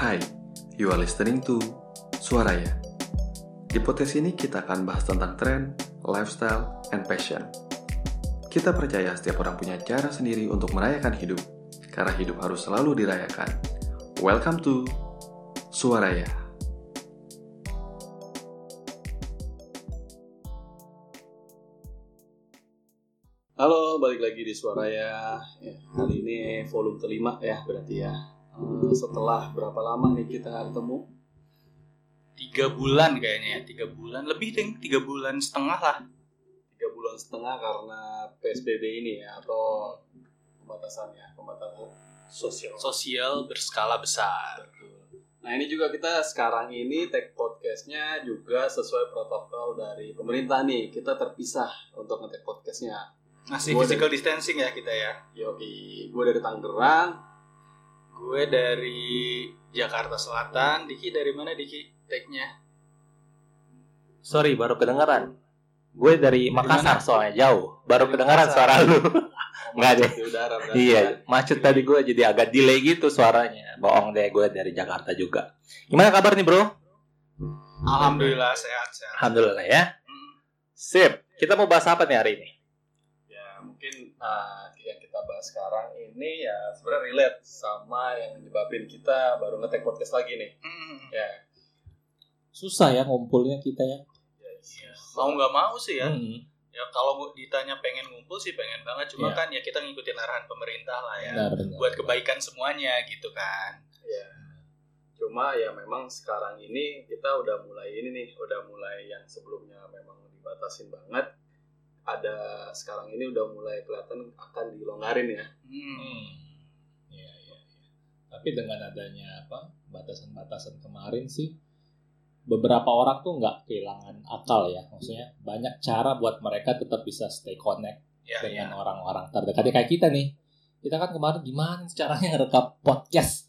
Hai, you are listening to Suaraya. Di podcast ini kita akan bahas tentang tren, lifestyle, and passion. Kita percaya setiap orang punya cara sendiri untuk merayakan hidup, karena hidup harus selalu dirayakan. Welcome to Suaraya. Halo, balik lagi di Suaraya. Kali ini volume kelima ya berarti ya. Setelah berapa lama nih kita ketemu? 3 bulan kayaknya ya, 3 bulan lebih deh, 3 bulan setengah lah. 3 bulan setengah karena PSBB ini ya, atau pembatasan Sosial berskala besar. Nah ini juga kita sekarang ini take podcastnya juga sesuai protokol dari pemerintah nih. Kita terpisah untuk nge-take podcastnya. Masih physical distancing ya kita ya. Yoi, gue dari Tangerang. Gue dari Jakarta Selatan. Diki dari mana Diki take-nya? Sorry, baru kedengaran. Gue dari Makassar soalnya jauh. Baru kedengaran suara lu. Enggak deh. Iya, macet tadi gue jadi agak delay gitu suaranya. Bohong deh, gue dari Jakarta juga. Gimana kabar nih, Bro? Alhamdulillah sehat. Alhamdulillah ya. Sip. Kita mau bahas apa nih hari ini? Ya, mungkin yang kita bahas sekarang ini ya sebenarnya relate sama yang menyebabin kita baru nge-take podcast lagi nih. Ya. Susah ya ngumpulnya kita ya. Iya. Mau nggak mau sih ya. Ya kalau ditanya pengen ngumpul sih pengen banget. Cuma kan ya kita ngikutin arahan pemerintah lah ya. Benar. Buat kebaikan semuanya gitu kan. Ya. Cuma ya memang sekarang ini kita udah mulai yang sebelumnya memang dibatasin banget. Ada sekarang ini udah mulai kelihatan akan dilonggarin ya. Iya. Tapi dengan adanya batasan-batasan kemarin sih, beberapa orang tuh nggak kehilangan akal ya. Maksudnya banyak cara buat mereka tetap bisa stay connect dengan orang-orang terdekat. Kayak kita nih. Kita kan kemarin gimana caranya ngerekam podcast,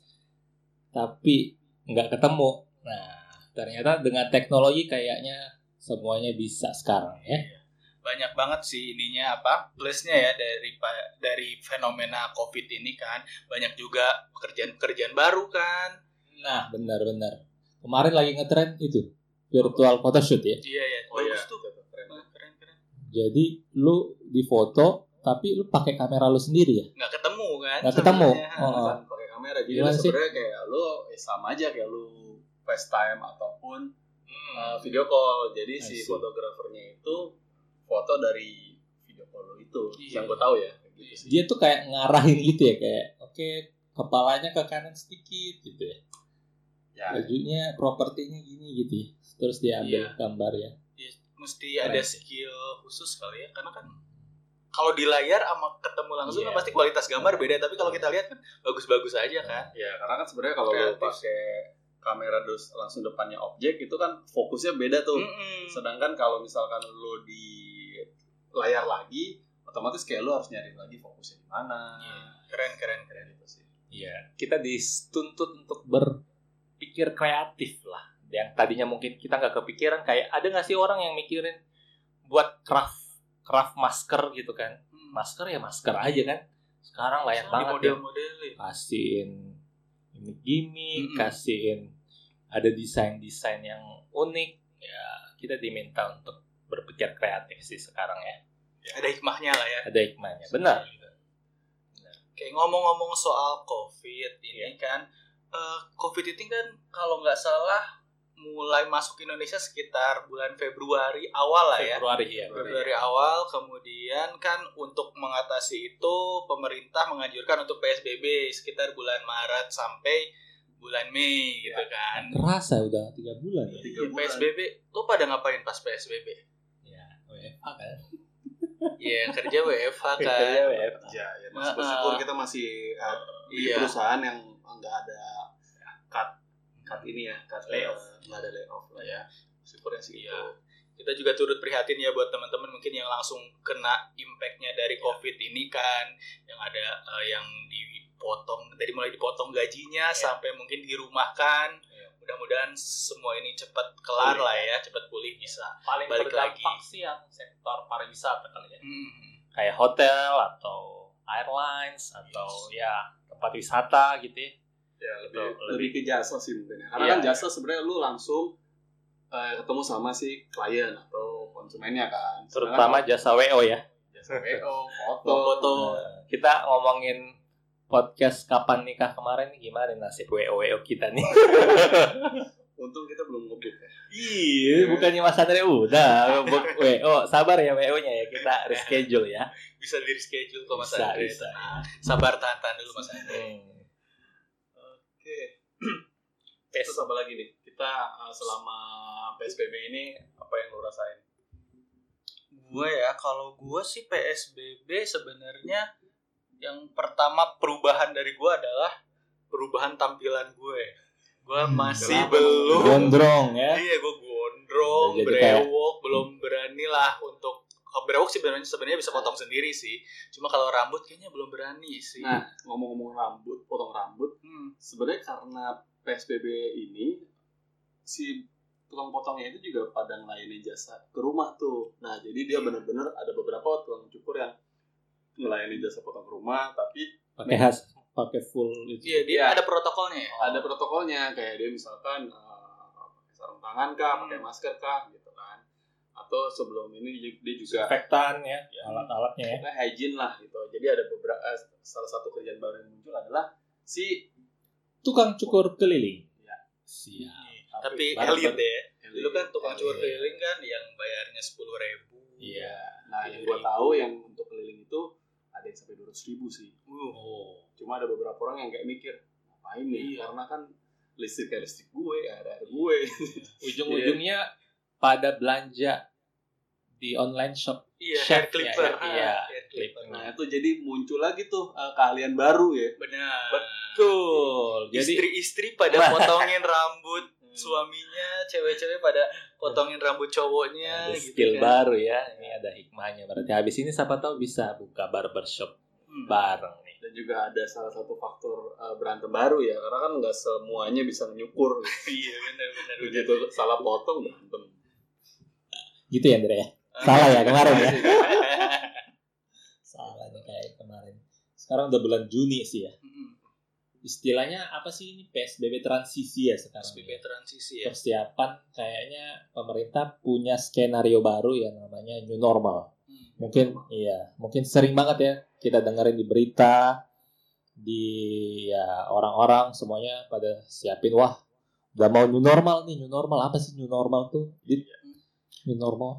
tapi nggak ketemu. Nah, ternyata dengan teknologi kayaknya semuanya bisa sekarang ya. Banyak banget sih ininya plusnya ya dari fenomena COVID ini kan. Banyak juga pekerjaan baru kan. Nah, benar. Kemarin lagi ngetren itu virtual photoshoot ya. Iya. Bagus tuh. Keren. Jadi lu di foto tapi lu pakai kamera lu sendiri ya? Nggak ketemu kan? Nggak ketemu. Bukan pakai kamera. Jadi lu sebenarnya kayak lu sama aja kayak lu FaceTime ataupun video call. Jadi si fotografernya itu foto dari video call lo itu. Yang gue tahu ya gitu sih. Dia tuh kayak ngarahin gitu ya, kayak oke, kepalanya ke kanan sedikit gitu ya. Bajunya propertinya gini gitu ya. Terus dia ambil gambar ya. Mesti ada skill khusus kali ya, karena kan kalau di layar sama ketemu langsung kan pasti kualitas gambar beda, tapi kalau kita lihat kan bagus-bagus aja kan. Ya, karena kan sebenarnya kalau lo pakai kamera langsung depannya objek itu kan fokusnya beda tuh. Sedangkan kalau misalkan lo di layar lagi, otomatis kayak lo harus nyari lagi fokusnya di mana. Keren itu sih. Iya, kita dituntut untuk berpikir kreatif lah. Yang tadinya mungkin kita nggak kepikiran, kayak ada nggak sih orang yang mikirin buat craft masker gitu kan? Masker ya masker aja kan. Sekarang layak banget model-model. Kasihin gimmick, kasihin ada desain yang unik. Ya, kita diminta untuk berpikir kreatif sih sekarang ya. Ada hikmahnya lah ya. Ada hikmahnya, benar. Kayak ngomong-ngomong soal COVID ini kan, COVID ini kan kalau nggak salah mulai masuk Indonesia sekitar bulan Februari awal lah ya. Februari awal, kemudian kan untuk mengatasi itu pemerintah menganjurkan untuk PSBB sekitar bulan Maret sampai bulan Mei gitu kan. Kerasa udah 3 bulan ya. PSBB, lo pada ngapain pas PSBB? Ya, WFH kan. Iya, kerja WFH kan. Ya, bersyukur kita masih di perusahaan yang nggak ada cut ini ya, cut layoff, nggak ada layoff lah ya. Syukurnya sih itu. Kita juga turut prihatin ya buat teman-teman mungkin yang langsung kena impact-nya dari COVID ini kan, yang ada yang mulai dipotong gajinya sampai mungkin dirumahkan. Mudah-mudahan semua ini cepat kelar lah ya, cepat pulih bisa paling balik lagi. Sih yang sektor pariwisata kali ya. Kayak hotel atau airlines atau ya tempat wisata gitu ya. Ya, lebih ke jasa sih mungkin ya. Karena kan jasa sebenarnya lu langsung ketemu sama si klien atau konsumennya kan. Terutama jasa WO ya. Jasa WO, foto. Kita ngomongin podcast kapan nikah kemarin nih, gimana nasib WO kita nih? Untung kita belum ngebuk ya. Iya, bukannya Mas Andre udah WO, sabar ya WO-nya ya, kita reschedule ya. Bisa di reschedule kok Mas Andre. Bisa. Sabar tahan dulu Mas Andre. Oke. Terus apa lagi nih? Kita selama PSBB ini apa yang lo rasain? Gue ya, kalau gue sih PSBB sebenarnya yang pertama perubahan dari gue adalah perubahan tampilan gue. Gue masih belum gondrong ya. Iya, gue gondrong, brewok, belum berani lah untuk brewok sih sebenarnya bisa potong sendiri sih. Cuma kalau rambut kayaknya belum berani sih. Nah, ngomong-ngomong rambut, potong rambut, sebenarnya karena PSBB ini si tukang potongnya itu juga pada ngelayanin jasa ke rumah tuh. Nah, jadi dia benar-benar ada beberapa tukang cukur yang ngelayanin jasa potong ke rumah, tapi pakai full itu. Iya, dia ada protokolnya ya? Ada protokolnya, kayak dia misalkan pakai sarung tangan kah, pakai masker kah, gitu kan. Atau sebelum ini dia juga desinfektan ya, alat-alatnya ya. Hygiene lah gitu. Jadi ada beberapa salah satu kerjaan baru yang muncul adalah si tukang cukur keliling. Ya. Siap. Tapi elit ya. Dulu kan tukang cukur keliling kan yang bayarnya 10.000. Iya. Nah, yang gua tahu yang untuk keliling itu ada yang sampai 200.000 sih. Cuma ada beberapa orang yang kayak mikir, ngapain nih? Karena kan listrik gue, ada gue. Ujung-ujungnya pada belanja di online shop. Iya, hair clipper. Iya, nah, itu jadi muncul lagi tuh keahlian baru ya. Benar. Betul. Jadi istri-istri pada potongin rambut suaminya, cewek-cewek pada potongin rambut cowoknya. Ada skill kan. Baru ya. Ini ada hikmahnya. Berarti habis ini siapa tahu bisa buka barbershop bareng nih. Dan juga ada salah satu faktor berantem baru ya, karena kan nggak semuanya bisa nyukur. Iya, benar. Begitu salah potong berantem. Gitu ya, Andre ya? Salah ya kemarin ya? Salah nih kayak kemarin. Sekarang udah bulan Juni sih ya. Istilahnya apa sih ini? PSBB transisi ya sekarang. PSBB transisi ya. Persiapan kayaknya pemerintah punya skenario baru yang namanya new normal. Mungkin sering banget ya kita dengerin di berita, di ya orang-orang semuanya pada siapin, wah udah mau new normal nih. New normal apa sih new normal tuh? New normal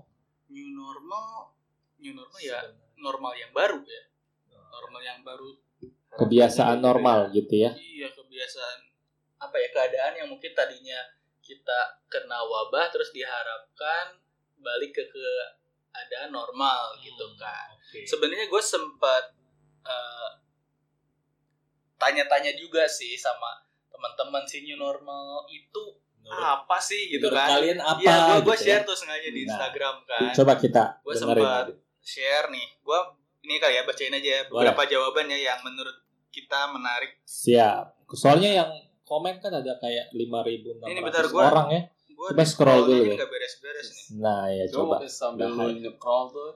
ya normal yang baru ya. Normal yang baru. Kebiasaan normal gitu ya. Iya, kebiasaan apa ya, keadaan yang mungkin tadinya kita kena wabah terus diharapkan balik ke keadaan normal gitu kan. Okay. Sebenarnya gue sempat tanya-tanya juga sih sama teman-teman si new normal itu apa sih gitu kan. Kalian apa? Ya, gue gitu share tuh sengaja di Instagram kan. Coba kita gue sempat share nih. Gue ini kali ya bacain aja beberapa jawabannya yang menurut kita menarik. Siap. Soalnya yang komen kan ada kayak 5.600 orang ya. Coba scroll dulu ya. Nggak beres-beres nih. Nah ya coba. Sambil nge-scroll tuh.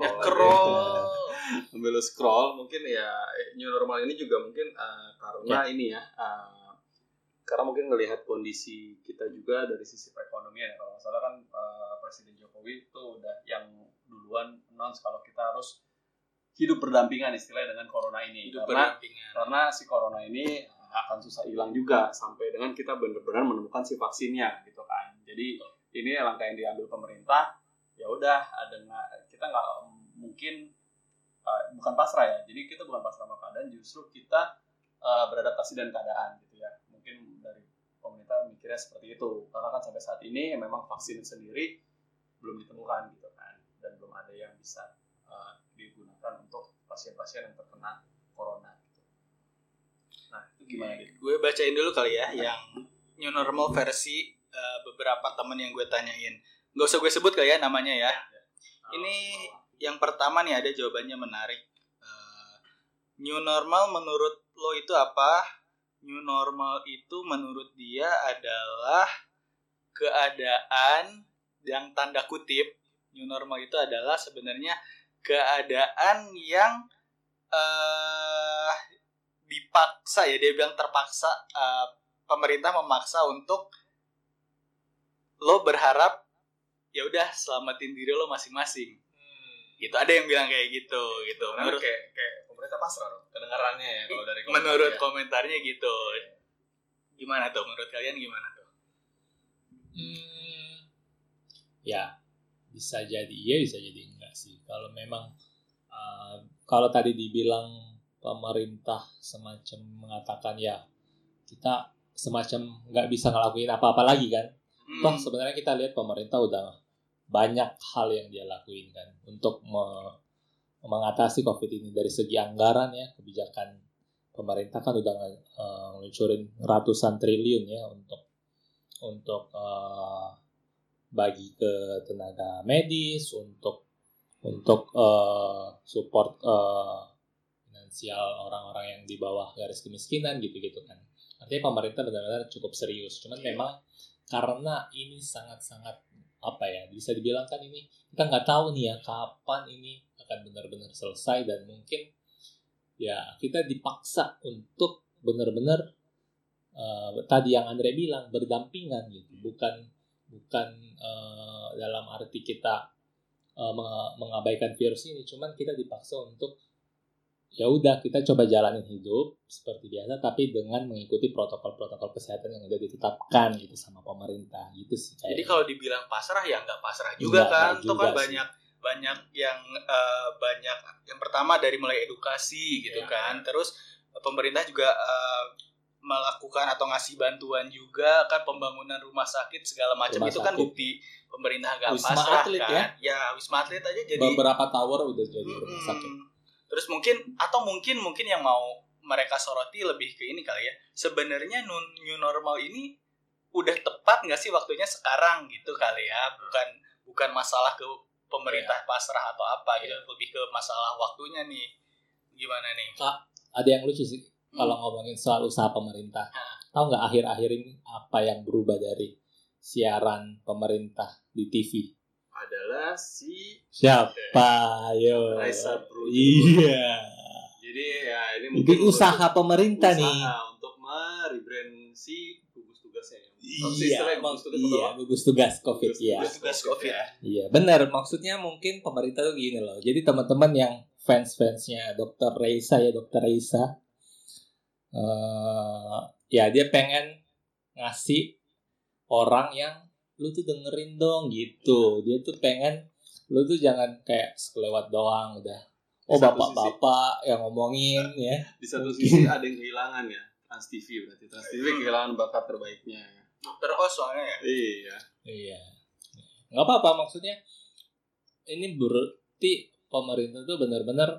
Sambil scroll mungkin ya new normal ini juga mungkin karena ini ya. Karena mungkin ngelihat kondisi kita juga dari sisi perekonomian ya. Kalau nggak salah kan Presiden Jokowi itu udah yang duluan announce kalau kita harus hidup berdampingan istilahnya dengan corona ini. Karena si corona ini akan susah hilang juga sampai dengan kita benar-benar menemukan si vaksinnya gitu kan. Jadi ini langkah yang diambil pemerintah. Ya udah, kita nggak mungkin bukan pasrah ya. Jadi kita bukan pasrah sama keadaan, justru kita beradaptasi dengan keadaan gitu ya. Mungkin dari pemerintah mikirnya seperti itu. Karena kan sampai saat ini memang vaksin sendiri belum ditemukan gitu kan, dan belum ada yang bisa digunakan untuk pasien-pasien yang terkena corona gitu. Nah, itu gimana gitu? Gue bacain dulu kali ya yang new normal versi beberapa teman yang gue tanyain. Gak usah gue sebut kali ya namanya ya. Ini yang pertama nih, ada jawabannya menarik. New normal menurut lo itu apa? New normal itu menurut dia adalah keadaan yang tanda kutip. New normal itu adalah sebenarnya keadaan yang dipaksa ya, dia bilang terpaksa, pemerintah memaksa untuk lo berharap ya udah selamatin diri lo masing-masing. Gitu, ada yang bilang kayak gitu. Menurut kayak pemerintah pasrah loh kedengarannya ya kalau dari menurut komentarnya gitu. Gimana tuh menurut kalian, gimana tuh? Ya bisa jadi iya, bisa jadi enggak sih. Kalau memang kalau tadi dibilang pemerintah semacam mengatakan ya kita semacam nggak bisa ngelakuin apa-apa lagi kan. Toh sebenarnya kita lihat pemerintah udah banyak hal yang dia lakuin kan untuk mengatasi COVID ini. Dari segi anggaran ya, kebijakan pemerintah kan udah ngeluncurin ratusan triliun ya untuk bagi ke tenaga medis, untuk support finansial orang-orang yang di bawah garis kemiskinan gitu-gitu kan. Artinya pemerintah benar-benar cukup serius. Cuman memang karena ini sangat-sangat apa ya, bisa dibilang kan ini kita nggak tahu nih ya kapan ini akan benar-benar selesai, dan mungkin ya kita dipaksa untuk benar-benar tadi yang Andre bilang berdampingan gitu, bukan dalam arti kita mengabaikan virus ini, cuman kita dipaksa untuk ya udah kita coba jalanin hidup seperti biasa tapi dengan mengikuti protokol-protokol kesehatan yang udah ditetapkan gitu sama pemerintah gitu sih. Jadi kalau dibilang pasrah ya nggak pasrah juga kan, itu kan banyak yang pertama dari mulai edukasi gitu kan, terus pemerintah juga melakukan atau ngasih bantuan juga kan, pembangunan rumah sakit segala macam itu kan bukti pemerintah nggak pasrah Atlet, kan. Ya Wisma Atlet aja jadi beberapa tower udah jadi rumah sakit. Terus mungkin yang mau mereka soroti lebih ke ini kali ya. Sebenarnya new normal ini udah tepat nggak sih waktunya sekarang gitu kali ya. Bukan masalah ke pemerintah pasrah atau apa gitu. Lebih ke masalah waktunya nih. Gimana nih? Kak, ada yang lucu sih kalau ngomongin soal usaha pemerintah. Tahu nggak akhir-akhir ini apa yang berubah dari siaran pemerintah di TV? Adalah siapa yo Raisa Bro. Iya. Jadi ya ini mungkin usaha pemerintah nih untuk merebrand si gugus tugasnya. Gugus tugas COVID ya. Gugus tugas COVID. Iya, benar. Maksudnya mungkin pemerintah tuh gini loh. Jadi teman-teman yang fans-fansnya Dr. Raisa ya dia pengen ngasih orang yang lu tuh dengerin dong gitu. Dia tuh pengen lu tuh jangan kayak sekelewat doang udah. Bapak-bapak yang ngomongin ya. Di satu sisi ada yang kehilangan ya. Trans TV berarti. Trans TV kehilangan bakat terbaiknya. Dokter host soalnya ya. Iya. Nggak apa-apa, maksudnya ini berarti pemerintah tuh benar-benar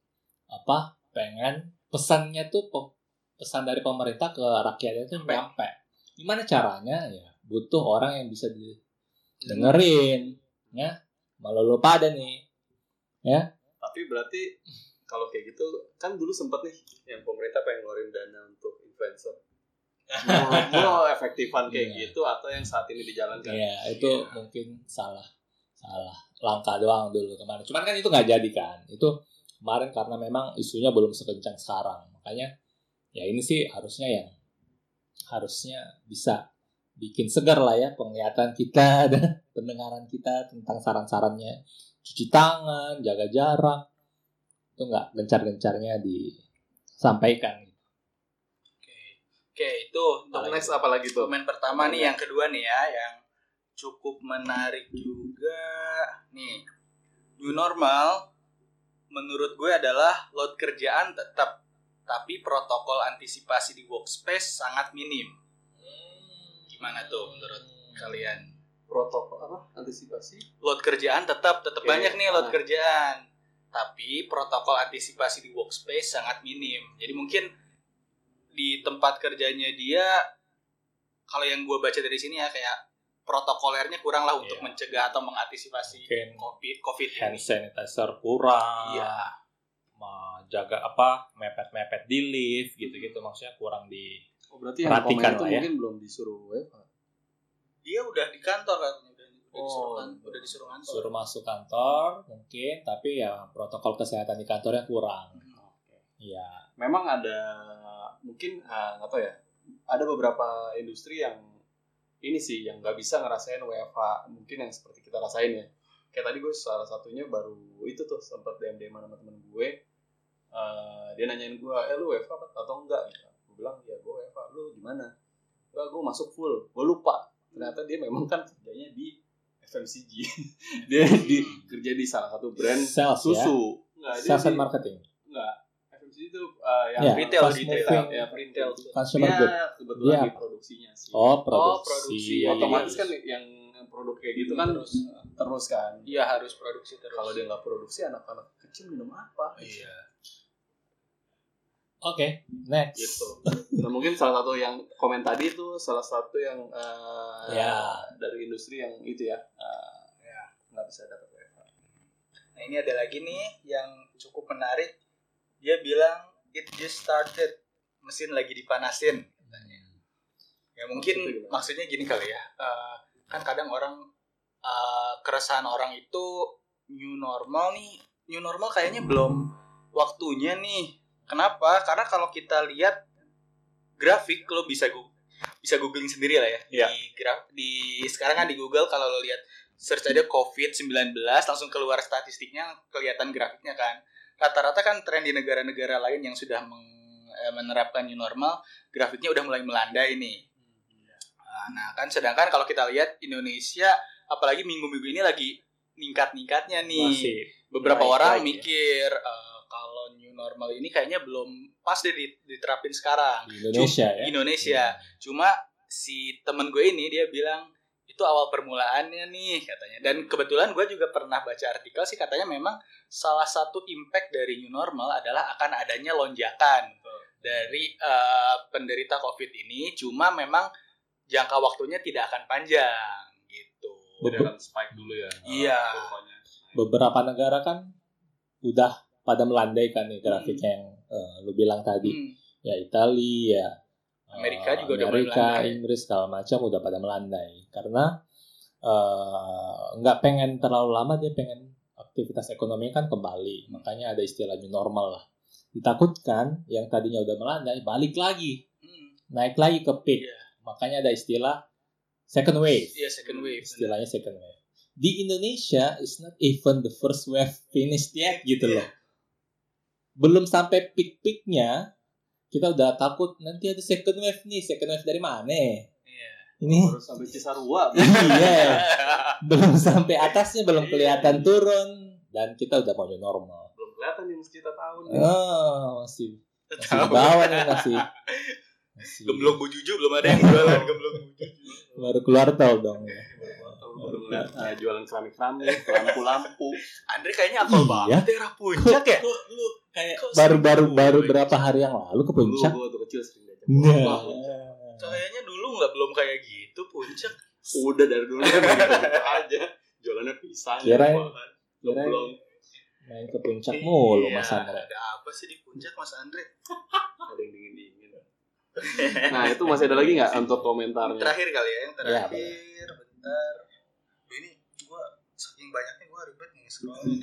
pengen pesannya tuh pesan dari pemerintah ke rakyatnya tuh nyampe. Gimana caranya ya? Butuh orang yang bisa dengerin ya, malah lo pada nih ya. Tapi berarti kalau kayak gitu kan dulu sempat nih yang pemerintah pengen ngeluarin dana untuk influencer. Mau efektifan kayak gitu atau yang saat ini dijalankan? Ya itu mungkin salah langkah doang dulu kemarin. Cuman kan itu nggak jadi kan. Itu kemarin karena memang isunya belum sekencang sekarang. Makanya ya ini sih harusnya bisa bikin segar lah ya penglihatan kita dan pendengaran kita tentang saran-sarannya. Cuci tangan, jaga jarak, itu nggak gencar-gencarnya disampaikan. Oke, itu untuk next apa lagi tuh? Komen pertama nih, yang kedua nih ya, yang cukup menarik juga nih. New normal menurut gue adalah load kerjaan tetap, tapi protokol antisipasi di workspace sangat minim. Gimana tuh menurut kalian? Protokol apa? Antisipasi? Load kerjaan tetap banyak nih load kerjaan. Tapi protokol antisipasi di workspace sangat minim. Jadi mungkin di tempat kerjanya dia, kalau yang gue baca dari sini ya, kayak protokolernya kurang lah untuk mencegah atau mengantisipasi COVID. Hand sanitizer kurang. Iya. Jaga mepet-mepet di lift gitu-gitu, maksudnya kurang di. Berarti yang komen itu mungkin belum disuruh WFH. Dia udah di kantor kan, udah disuruh kantor. Suruh masuk kantor mungkin, tapi ya protokol kesehatan di kantornya kurang. Iya. memang ada mungkin nggak tahu ya, ada beberapa industri yang ini sih yang nggak bisa ngerasain WFH mungkin yang seperti kita rasain ya. Kayak tadi gue salah satunya baru itu tuh sempat DM sama teman gue, dia nanyain gue, lu WFH atau enggak? Gue bilang ya gue WFH, lu gimana? Enggak, gue masuk full. Gue lupa ternyata dia memang kan kerjanya di FMCG. Dia kerja di salah satu brand sales, susu. Ya? Sales and marketing. Enggak. FMCG itu yang retail, ya retail. Consumer good. Kebetulan di produksinya sih. Produksi. Otomatis kan yang produk kayak gitu kan terus kan. Iya, harus produksi terus. Kalau dia nggak produksi, anak-anak kecil minum apa? Iya. Oke, next. Gitu. Nah, mungkin salah satu yang komen tadi itu salah satu yang dari industri yang itu ya nggak bisa dapat WFH. Nah, ini ada lagi nih yang cukup menarik. Dia bilang it just started, mesin lagi dipanasin. Ya mungkin maksudnya gini kali ya. Kan kadang orang keresahan orang itu new normal kayaknya belum waktunya nih. Kenapa? Karena kalau kita lihat grafik, lo bisa googling sendiri lah ya. Di sekarang kan di Google kalau lo lihat search aja COVID-19 langsung keluar statistiknya, kelihatan grafiknya kan. Rata-rata kan tren di negara-negara lain yang sudah menerapkan new normal, grafiknya udah mulai melandai nih. Nah kan sedangkan kalau kita lihat Indonesia apalagi minggu-minggu ini lagi ningkat-ningkatnya nih. Masih. Beberapa orang mikir kalau new normal ini kayaknya belum pas diterapin sekarang di Indonesia. Indonesia. Cuma si temen gue ini dia bilang itu awal permulaannya nih katanya. Dan kebetulan gue juga pernah baca artikel sih katanya memang salah satu impact dari new normal adalah akan adanya lonjakan dari penderita COVID ini. Cuma memang jangka waktunya tidak akan panjang gitu. Dia akan spike dulu ya. Iya. Beberapa negara kan udah pada melandai kan nih grafiknya yang lu bilang tadi. Ya Italia, Amerika juga udah melandai. Inggris segala macam udah pada melandai karena nggak pengen terlalu lama, dia pengen aktivitas ekonomi kan kembali, makanya ada istilah new normal lah. Ditakutkan yang tadinya udah melandai balik lagi, naik lagi ke peak. Makanya ada istilah second wave. Iya, second wave. Istilahnya second wave. Di Indonesia is not even the first wave finished yet gitu loh. Belum sampai peak-peaknya kita udah takut nanti ada second wave nih. Second wave dari mana? Ini baru sampai Cisarua. Iya. Belum sampai atasnya belum kelihatan turun dan kita udah mau new normal. Belum kelihatan nih meski kita tahu nih. Masih di bawah nih masih. Gemblong bujuju belum ada yang jualan gemblong bujuju. Baru keluar tol dong ya. Baru ngeliat jualan keramik-keramik, lampu-lampu. Andre kayaknya apal banget daerah Puncak ya. Lu kayak baru berapa hari yang lalu ke Puncak. Gue waktu kecil sering diajak. Kayaknya dulu belum kayak gitu Puncak. Udah dari dulu kan gitu aja. Jualannya pisang. Kirain main ke Puncak mulu Mas Andre. Ada apa sih di Puncak Mas Andre? Ada yang dingin-dingin. Nah itu masih ada lagi nggak untuk komentarnya? Terakhir kali ya, yang terakhir. Ya, bentar. Ini gue saking banyaknya gue ribet nih scrollnya.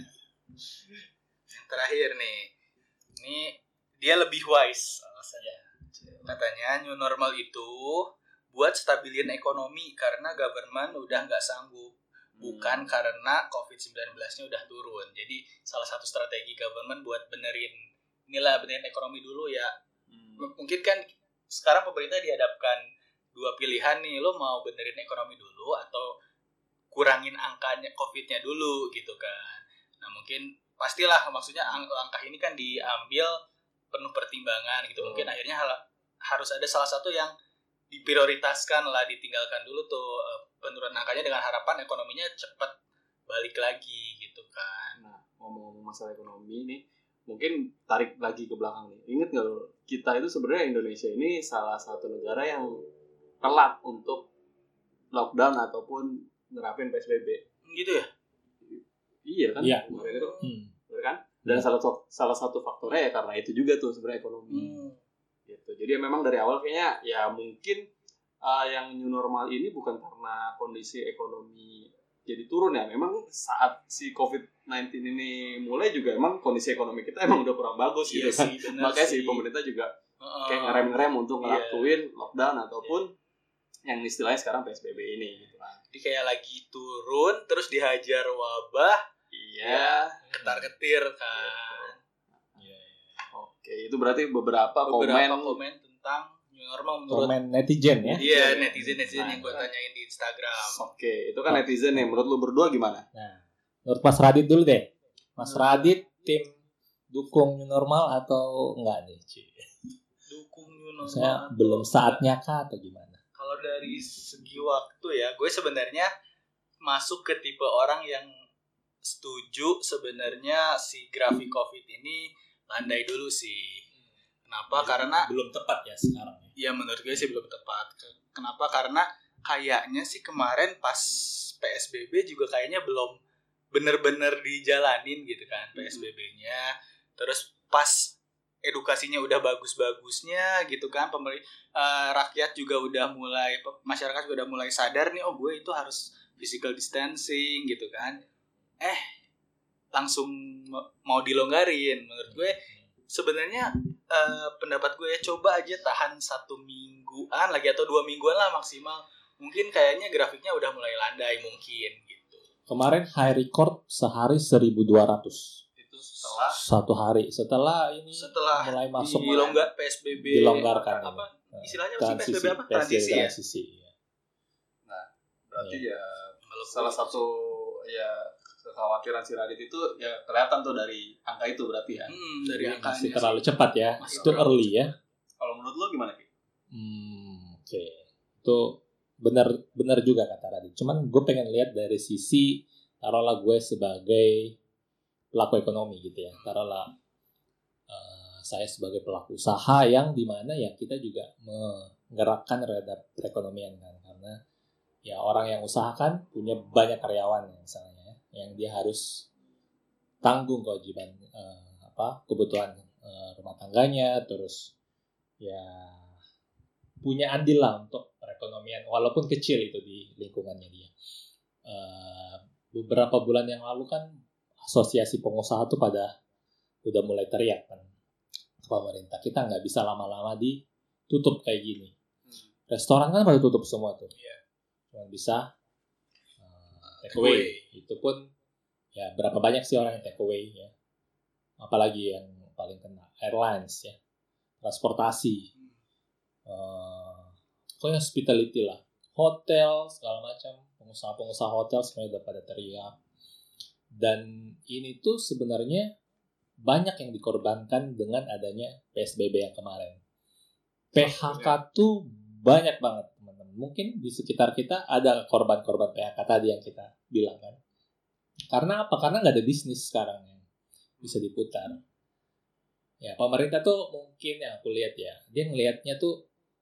Yang terakhir nih, ini dia lebih wise alasannya. Katanya new normal itu buat stabilin ekonomi karena government udah nggak sanggup. Bukan karena COVID-19-nya udah turun. Jadi salah satu strategi government buat benerin ekonomi dulu ya. Mungkin kan sekarang pemerintah dihadapkan dua pilihan nih, lo mau benerin ekonomi dulu atau kurangin angkanya COVID-nya dulu gitu kan. Nah mungkin pastilah maksudnya langkah ini kan diambil penuh pertimbangan gitu. Mungkin akhirnya harus ada salah satu yang diprioritaskan lah, ditinggalkan dulu tuh penurunan angkanya dengan harapan ekonominya cepat balik lagi gitu kan. Nah ngomong masalah ekonomi nih, mungkin tarik lagi ke belakang nih. Ingat nggak lo, kita itu sebenarnya Indonesia ini salah satu negara yang telat untuk lockdown ataupun nerapin PSBB. Gitu ya? Iya kan? Iya. Kemarin itu, bener kan? Dan salah satu faktornya ya karena itu juga tuh sebenarnya ekonomi. Gitu. Jadi memang dari awal kayaknya ya mungkin yang new normal ini bukan karena kondisi ekonomi jadi turun ya. Memang saat si COVID-19 ini mulai juga emang kondisi ekonomi kita emang udah kurang bagus gitu kan. Makanya sih pemerintah juga kayak ngerem-ngerem untuk ngelakuin lockdown ataupun yang istilahnya sekarang PSBB ini gitu kan. Jadi kayak lagi turun terus dihajar wabah. Iya. Ketar-ketir kan. Oke, itu berarti beberapa komen tentang new normal menurut komen netizen ya. Iya, netizen yang gue tanyain di Instagram. Oke, itu kan netizen nih. Menurut lu berdua gimana? Nah, menurut Mas Radit dulu deh. Mas Radit tim dukung new normal atau enggak nih? Dukung new normal. Saya belum saatnya kah atau gimana? Kalau dari segi waktu ya, gue sebenarnya masuk ke tipe orang yang setuju sebenarnya si grafik COVID ini landai dulu sih. Kenapa? Karena belum tepat ya sekarang. Ya menurut gue sih belum tepat. Kenapa? Karena kayaknya sih kemarin pas PSBB juga kayaknya belum bener-bener dijalanin gitu kan PSBB-nya. Terus pas edukasinya udah bagus-bagusnya gitu kan, rakyat juga udah mulai, masyarakat juga udah mulai sadar nih, oh gue itu harus physical distancing gitu kan. Langsung mau dilonggarin. Menurut gue sebenarnya pendapat gue ya, coba aja tahan 1 mingguan lagi atau 2 mingguan lah maksimal. Mungkin kayaknya grafiknya udah mulai landai mungkin gitu. Kemarin high record sehari 1.200. Itu setelah satu hari setelah mulai masuk PSBB dilonggarkan. Apa istilahnya sih PSBB apa? Transisi ya. Nah, berarti ya salah satu ya kekhawatiran si Radit itu ya kelihatan tuh dari angka itu berarti ya. Dari angka masih terlalu cepat ya. Itu early ya. Kalau menurut lo gimana, Ki? Oke. Itu benar juga kata Radit. Cuman gue pengen lihat dari sisi, taruhlah gue sebagai pelaku ekonomi gitu ya. Taruhlah saya sebagai pelaku usaha yang dimana ya kita juga menggerakkan terhadap perekonomian kan. Karena ya orang yang usahakan punya banyak karyawan misalnya, yang dia harus tanggung kewajiban kebutuhan rumah tangganya, terus ya punya andil lah untuk perekonomian walaupun kecil itu di lingkungannya dia. Beberapa bulan yang lalu kan asosiasi pengusaha tuh udah mulai teriak kan pemerintah, kita nggak bisa lama-lama ditutup kayak gini. Restoran kan pada tutup semua tuh, cuma bisa take away. Itu pun ya berapa banyak sih orang yang take away ya, apalagi yang paling kena airlines ya, transportasi, pokoknya hospitality lah, hotel segala macam, pengusaha hotel semuanya udah pada teriak. Dan ini tuh sebenarnya banyak yang dikorbankan dengan adanya PSBB yang kemarin. PHK tuh banyak banget teman-teman. Mungkin di sekitar kita ada korban-korban PHK tadi yang kita bilang kan. Karena apa? Karena nggak ada bisnis sekarang yang bisa diputar. Ya pemerintah tuh mungkin yang aku lihat ya, dia ngelihatnya tuh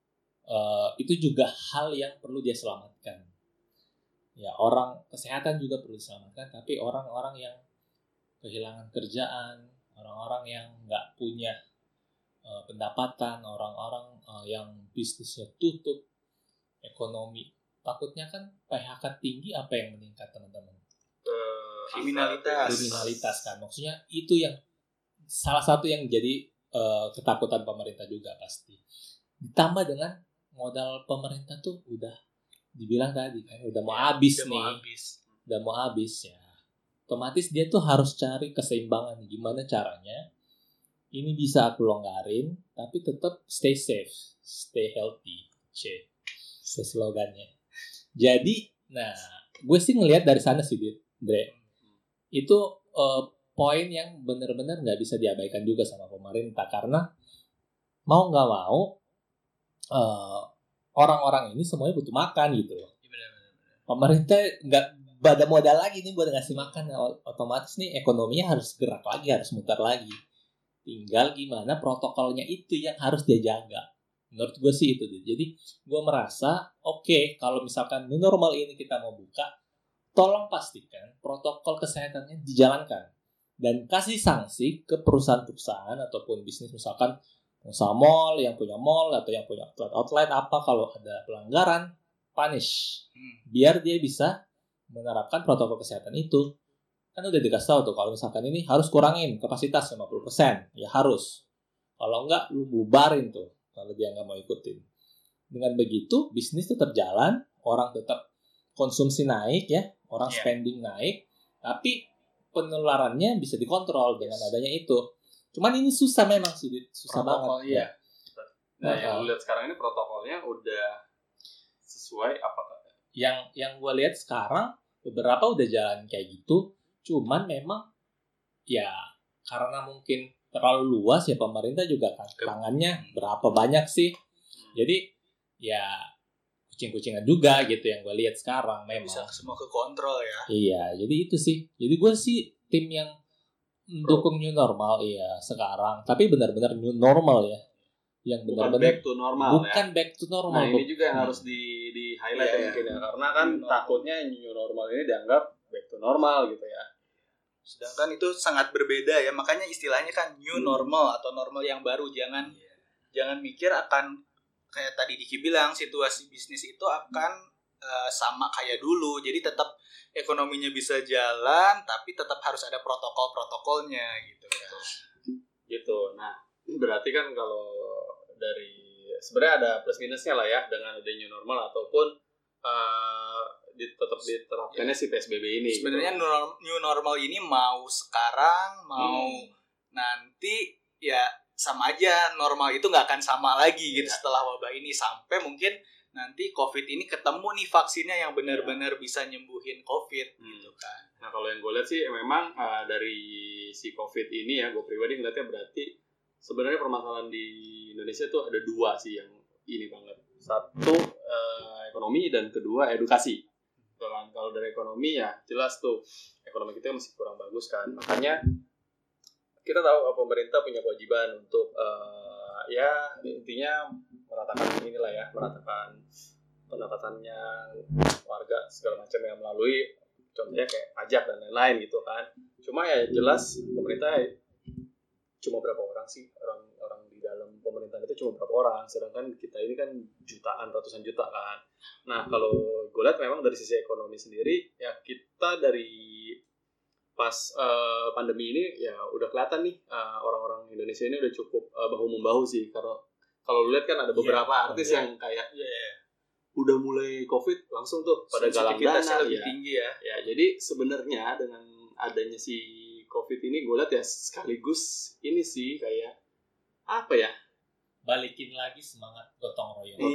itu juga hal yang perlu dia selamatkan. Ya orang kesehatan juga perlu diselamatkan, tapi orang-orang yang kehilangan kerjaan, orang-orang yang nggak punya pendapatan, orang-orang yang bisnisnya tutup, ekonomi, takutnya kan PHK tinggi, apa yang meningkat teman-teman? Kriminalitas kan, maksudnya itu yang salah satu yang jadi ketakutan pemerintah juga pasti. Ditambah dengan modal pemerintah tuh udah dibilang tadi kan udah mau habis udah mau habis ya. Otomatis dia tuh harus cari keseimbangan, gimana caranya ini bisa aku longgarin tapi tetap stay safe, stay healthy, slogannya. Jadi, nah, gue sih ngelihat dari sana sih, Dre. Itu poin yang benar-benar nggak bisa diabaikan juga sama pemerintah, karena mau nggak mau orang-orang ini semuanya butuh makan gitu loh. Pemerintah nggak ada modal lagi nih buat ngasih makan, otomatis nih ekonominya harus gerak lagi, harus mutar lagi. Tinggal gimana protokolnya itu yang harus dia jaga. Menurut gue sih itu. Jadi gue merasa oke, kalau misalkan new normal ini kita mau buka, tolong pastikan protokol kesehatannya dijalankan. Dan kasih sanksi ke perusahaan-perusahaan ataupun bisnis, misalkan pengusaha mall, yang punya mall atau yang punya outlet apa, kalau ada pelanggaran, punish. Biar dia bisa menerapkan protokol kesehatan itu. Kan udah dikasih tahu tuh kalau misalkan ini harus kurangin kapasitas 50%, ya harus. Kalau enggak lu bubarin tuh kalau dia nggak mau ikutin. Dengan begitu bisnis tetap jalan, orang tetap konsumsi naik ya, orang spending naik, tapi penularannya bisa dikontrol dengan adanya itu. Cuman ini susah memang sih, susah protokol, banget. Iya. Nah, yang lu lihat sekarang ini protokolnya udah sesuai apa? Yang gue lihat sekarang beberapa udah jalan kayak gitu, cuman memang ya karena mungkin terlalu luas ya pemerintah juga kan tangannya berapa banyak sih. Jadi ya kucing-kucingan juga gitu yang gue lihat sekarang memang. Bisa semua ke kontrol ya. Iya, jadi itu sih. Jadi gue sih tim yang mendukung new normal iya sekarang, tapi benar-benar new normal ya. Yang benar-benar back to normal bukan back to normal. Nah, ini juga yang harus di highlight mungkin ya, karena kan takutnya new normal ini dianggap back to normal gitu ya. Sedangkan itu sangat berbeda ya, makanya istilahnya kan new normal atau normal yang baru. Jangan mikir akan kayak tadi Diki bilang situasi bisnis itu akan sama kayak dulu. Jadi tetap ekonominya bisa jalan, tapi tetap harus ada protokol-protokolnya gitu ya. Gitu. Nah, berarti kan kalau dari sebenarnya ada plus minusnya lah ya dengan ada new normal ataupun tetap diterapkannya si PSBB ini. Sebenarnya gitu. New normal ini mau sekarang mau nanti ya sama aja, normal itu nggak akan sama lagi gitu setelah wabah ini, sampai mungkin nanti COVID ini ketemu nih vaksinnya yang benar-benar bisa nyembuhin COVID gitu kan. Nah kalau yang gue lihat sih memang dari si COVID ini ya, gue pribadi ngeliatnya berarti sebenarnya permasalahan di Indonesia tuh ada dua sih yang ini banget. Satu ekonomi dan kedua edukasi. Kalau dari ekonomi ya jelas tuh ekonomi kita masih kurang bagus kan. Makanya kita tahu pemerintah punya kewajiban untuk ya intinya meratakan inilah ya, meratakan pendapatannya warga segala macam yang melalui contohnya kayak pajak dan lain-lain gitu kan. Cuma ya jelas pemerintah cuma berapa orang sih orang di dalam pemerintahan itu cuma berapa orang, sedangkan kita ini kan jutaan, ratusan juta kan. Nah kalau gue lihat memang dari sisi ekonomi sendiri ya kita dari pas pandemi ini ya udah kelihatan nih orang-orang Indonesia ini udah cukup bahu membahu sih, karena kalau lu lihat kan ada beberapa artis yang kayak udah mulai COVID langsung tuh pada galang dana lebih tinggi ya. Ya jadi sebenarnya dengan adanya si COVID ini gue lihat ya sekaligus ini sih kayak apa ya, balikin lagi semangat gotong royong.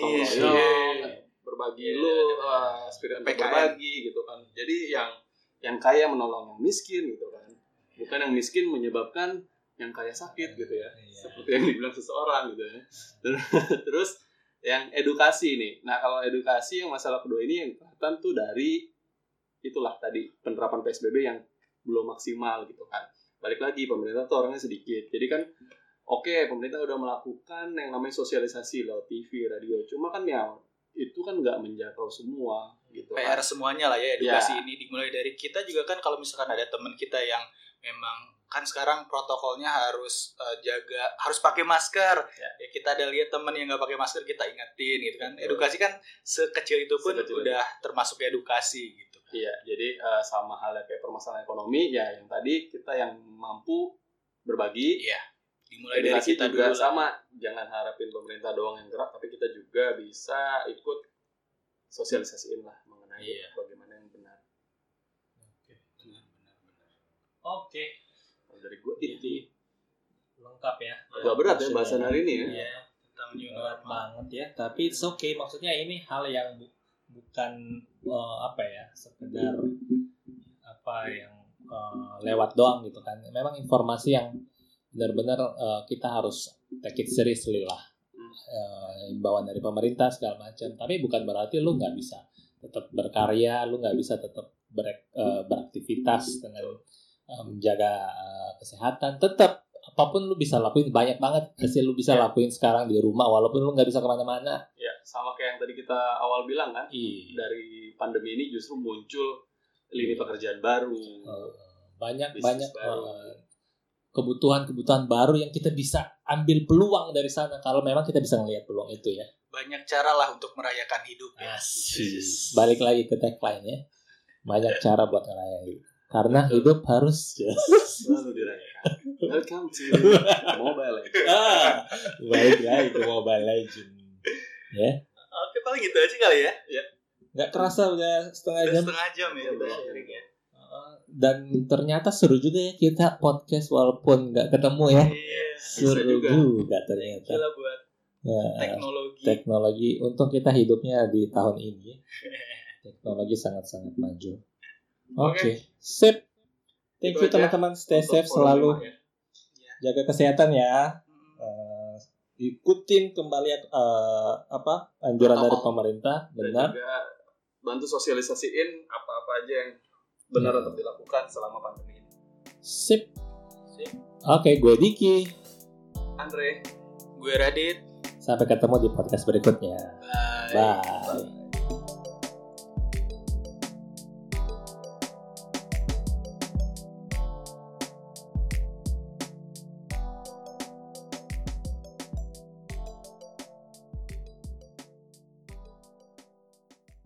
Berbagi spirit berbagi gitu kan. Jadi yang kaya menolong yang miskin gitu kan, bukan yang miskin menyebabkan yang kaya sakit gitu ya, seperti yang dibilang seseorang gitu ya. Terus yang edukasi nih, nah kalau edukasi yang masalah kedua ini yang kelihatan tuh dari itulah tadi penerapan PSBB yang belum maksimal gitu kan. Balik lagi pemerintah tuh orangnya sedikit, jadi kan oke, pemerintah udah melakukan yang namanya sosialisasi lewat TV, radio, cuma kan ya itu kan nggak menjangkau semua gitu. PR semuanya lah ya edukasi ini, dimulai dari kita juga kan. Kalau misalkan ada teman kita yang memang kan sekarang protokolnya harus harus pakai masker ya, kita ada lihat teman yang nggak pakai masker, kita ingetin gitu kan. Edukasi kan sekecil itu pun udah termasuk edukasi gitu kan. Iya, jadi sama halnya kayak permasalahan ekonomi ya, yang tadi kita yang mampu berbagi ya, dimulai dari kita juga dulu sama. Jangan harapin pemerintah doang yang gerak, tapi kita juga bisa ikut sosialisasiin lah mengenai bagaimana yang benar. Oke. Kalau dari gue itu lengkap ya. Agak berat ya bahasan hari ini ya. Iya, tentang new normal banget ya. Tapi it's okay. Maksudnya ini hal yang bukan sekedar yang lewat doang gitu kan. Memang informasi yang benar-benar kita harus take it seriously lah. Imbauan dari pemerintah segala macam. Tapi bukan berarti lu nggak bisa tetap berkarya, lu nggak bisa tetap beraktivitas dengan menjaga kesehatan. Tetap apapun lu bisa lakuin, banyak banget hasil lu bisa lakuin sekarang di rumah walaupun lu nggak bisa kemana-mana. Ya sama kayak yang tadi kita awal bilang kan, dari pandemi ini justru muncul lini pekerjaan baru, banyak kebutuhan baru yang kita bisa ambil peluang dari sana kalau memang kita bisa ngelihat peluang itu ya. Banyak cara lah untuk merayakan hidup ya. Balik lagi ke tagline ya. banyak cara buat ngerayain. Karena hidup harus selalu dirayakan. Welcome to Mobile Legends. Balik lagi ke Mobile Legends. Ya. Oke, paling gitu aja kali ya. Ya. Nggak kerasa udah setengah jam. Setengah jam ya udah sharing ya. Dan ternyata seru juga ya kita podcast walaupun nggak ketemu ya. Iya. Seru juga ternyata. Gila buat teknologi. Untung kita hidupnya di tahun ini. Teknologi sangat-sangat maju. Oke. Sip. Thank you teman-teman. Stay safe selalu. Jaga kesehatan ya. Ikutin kembali anjuran dari pemerintah. Benar. Dan juga bantu sosialisasiin apa-apa aja yang benar untuk dilakukan selama pandemi ini. Sip. Oke, gue Diki. Andre. Gue Radit. Sampai ketemu di podcast berikutnya. Bye. Bye.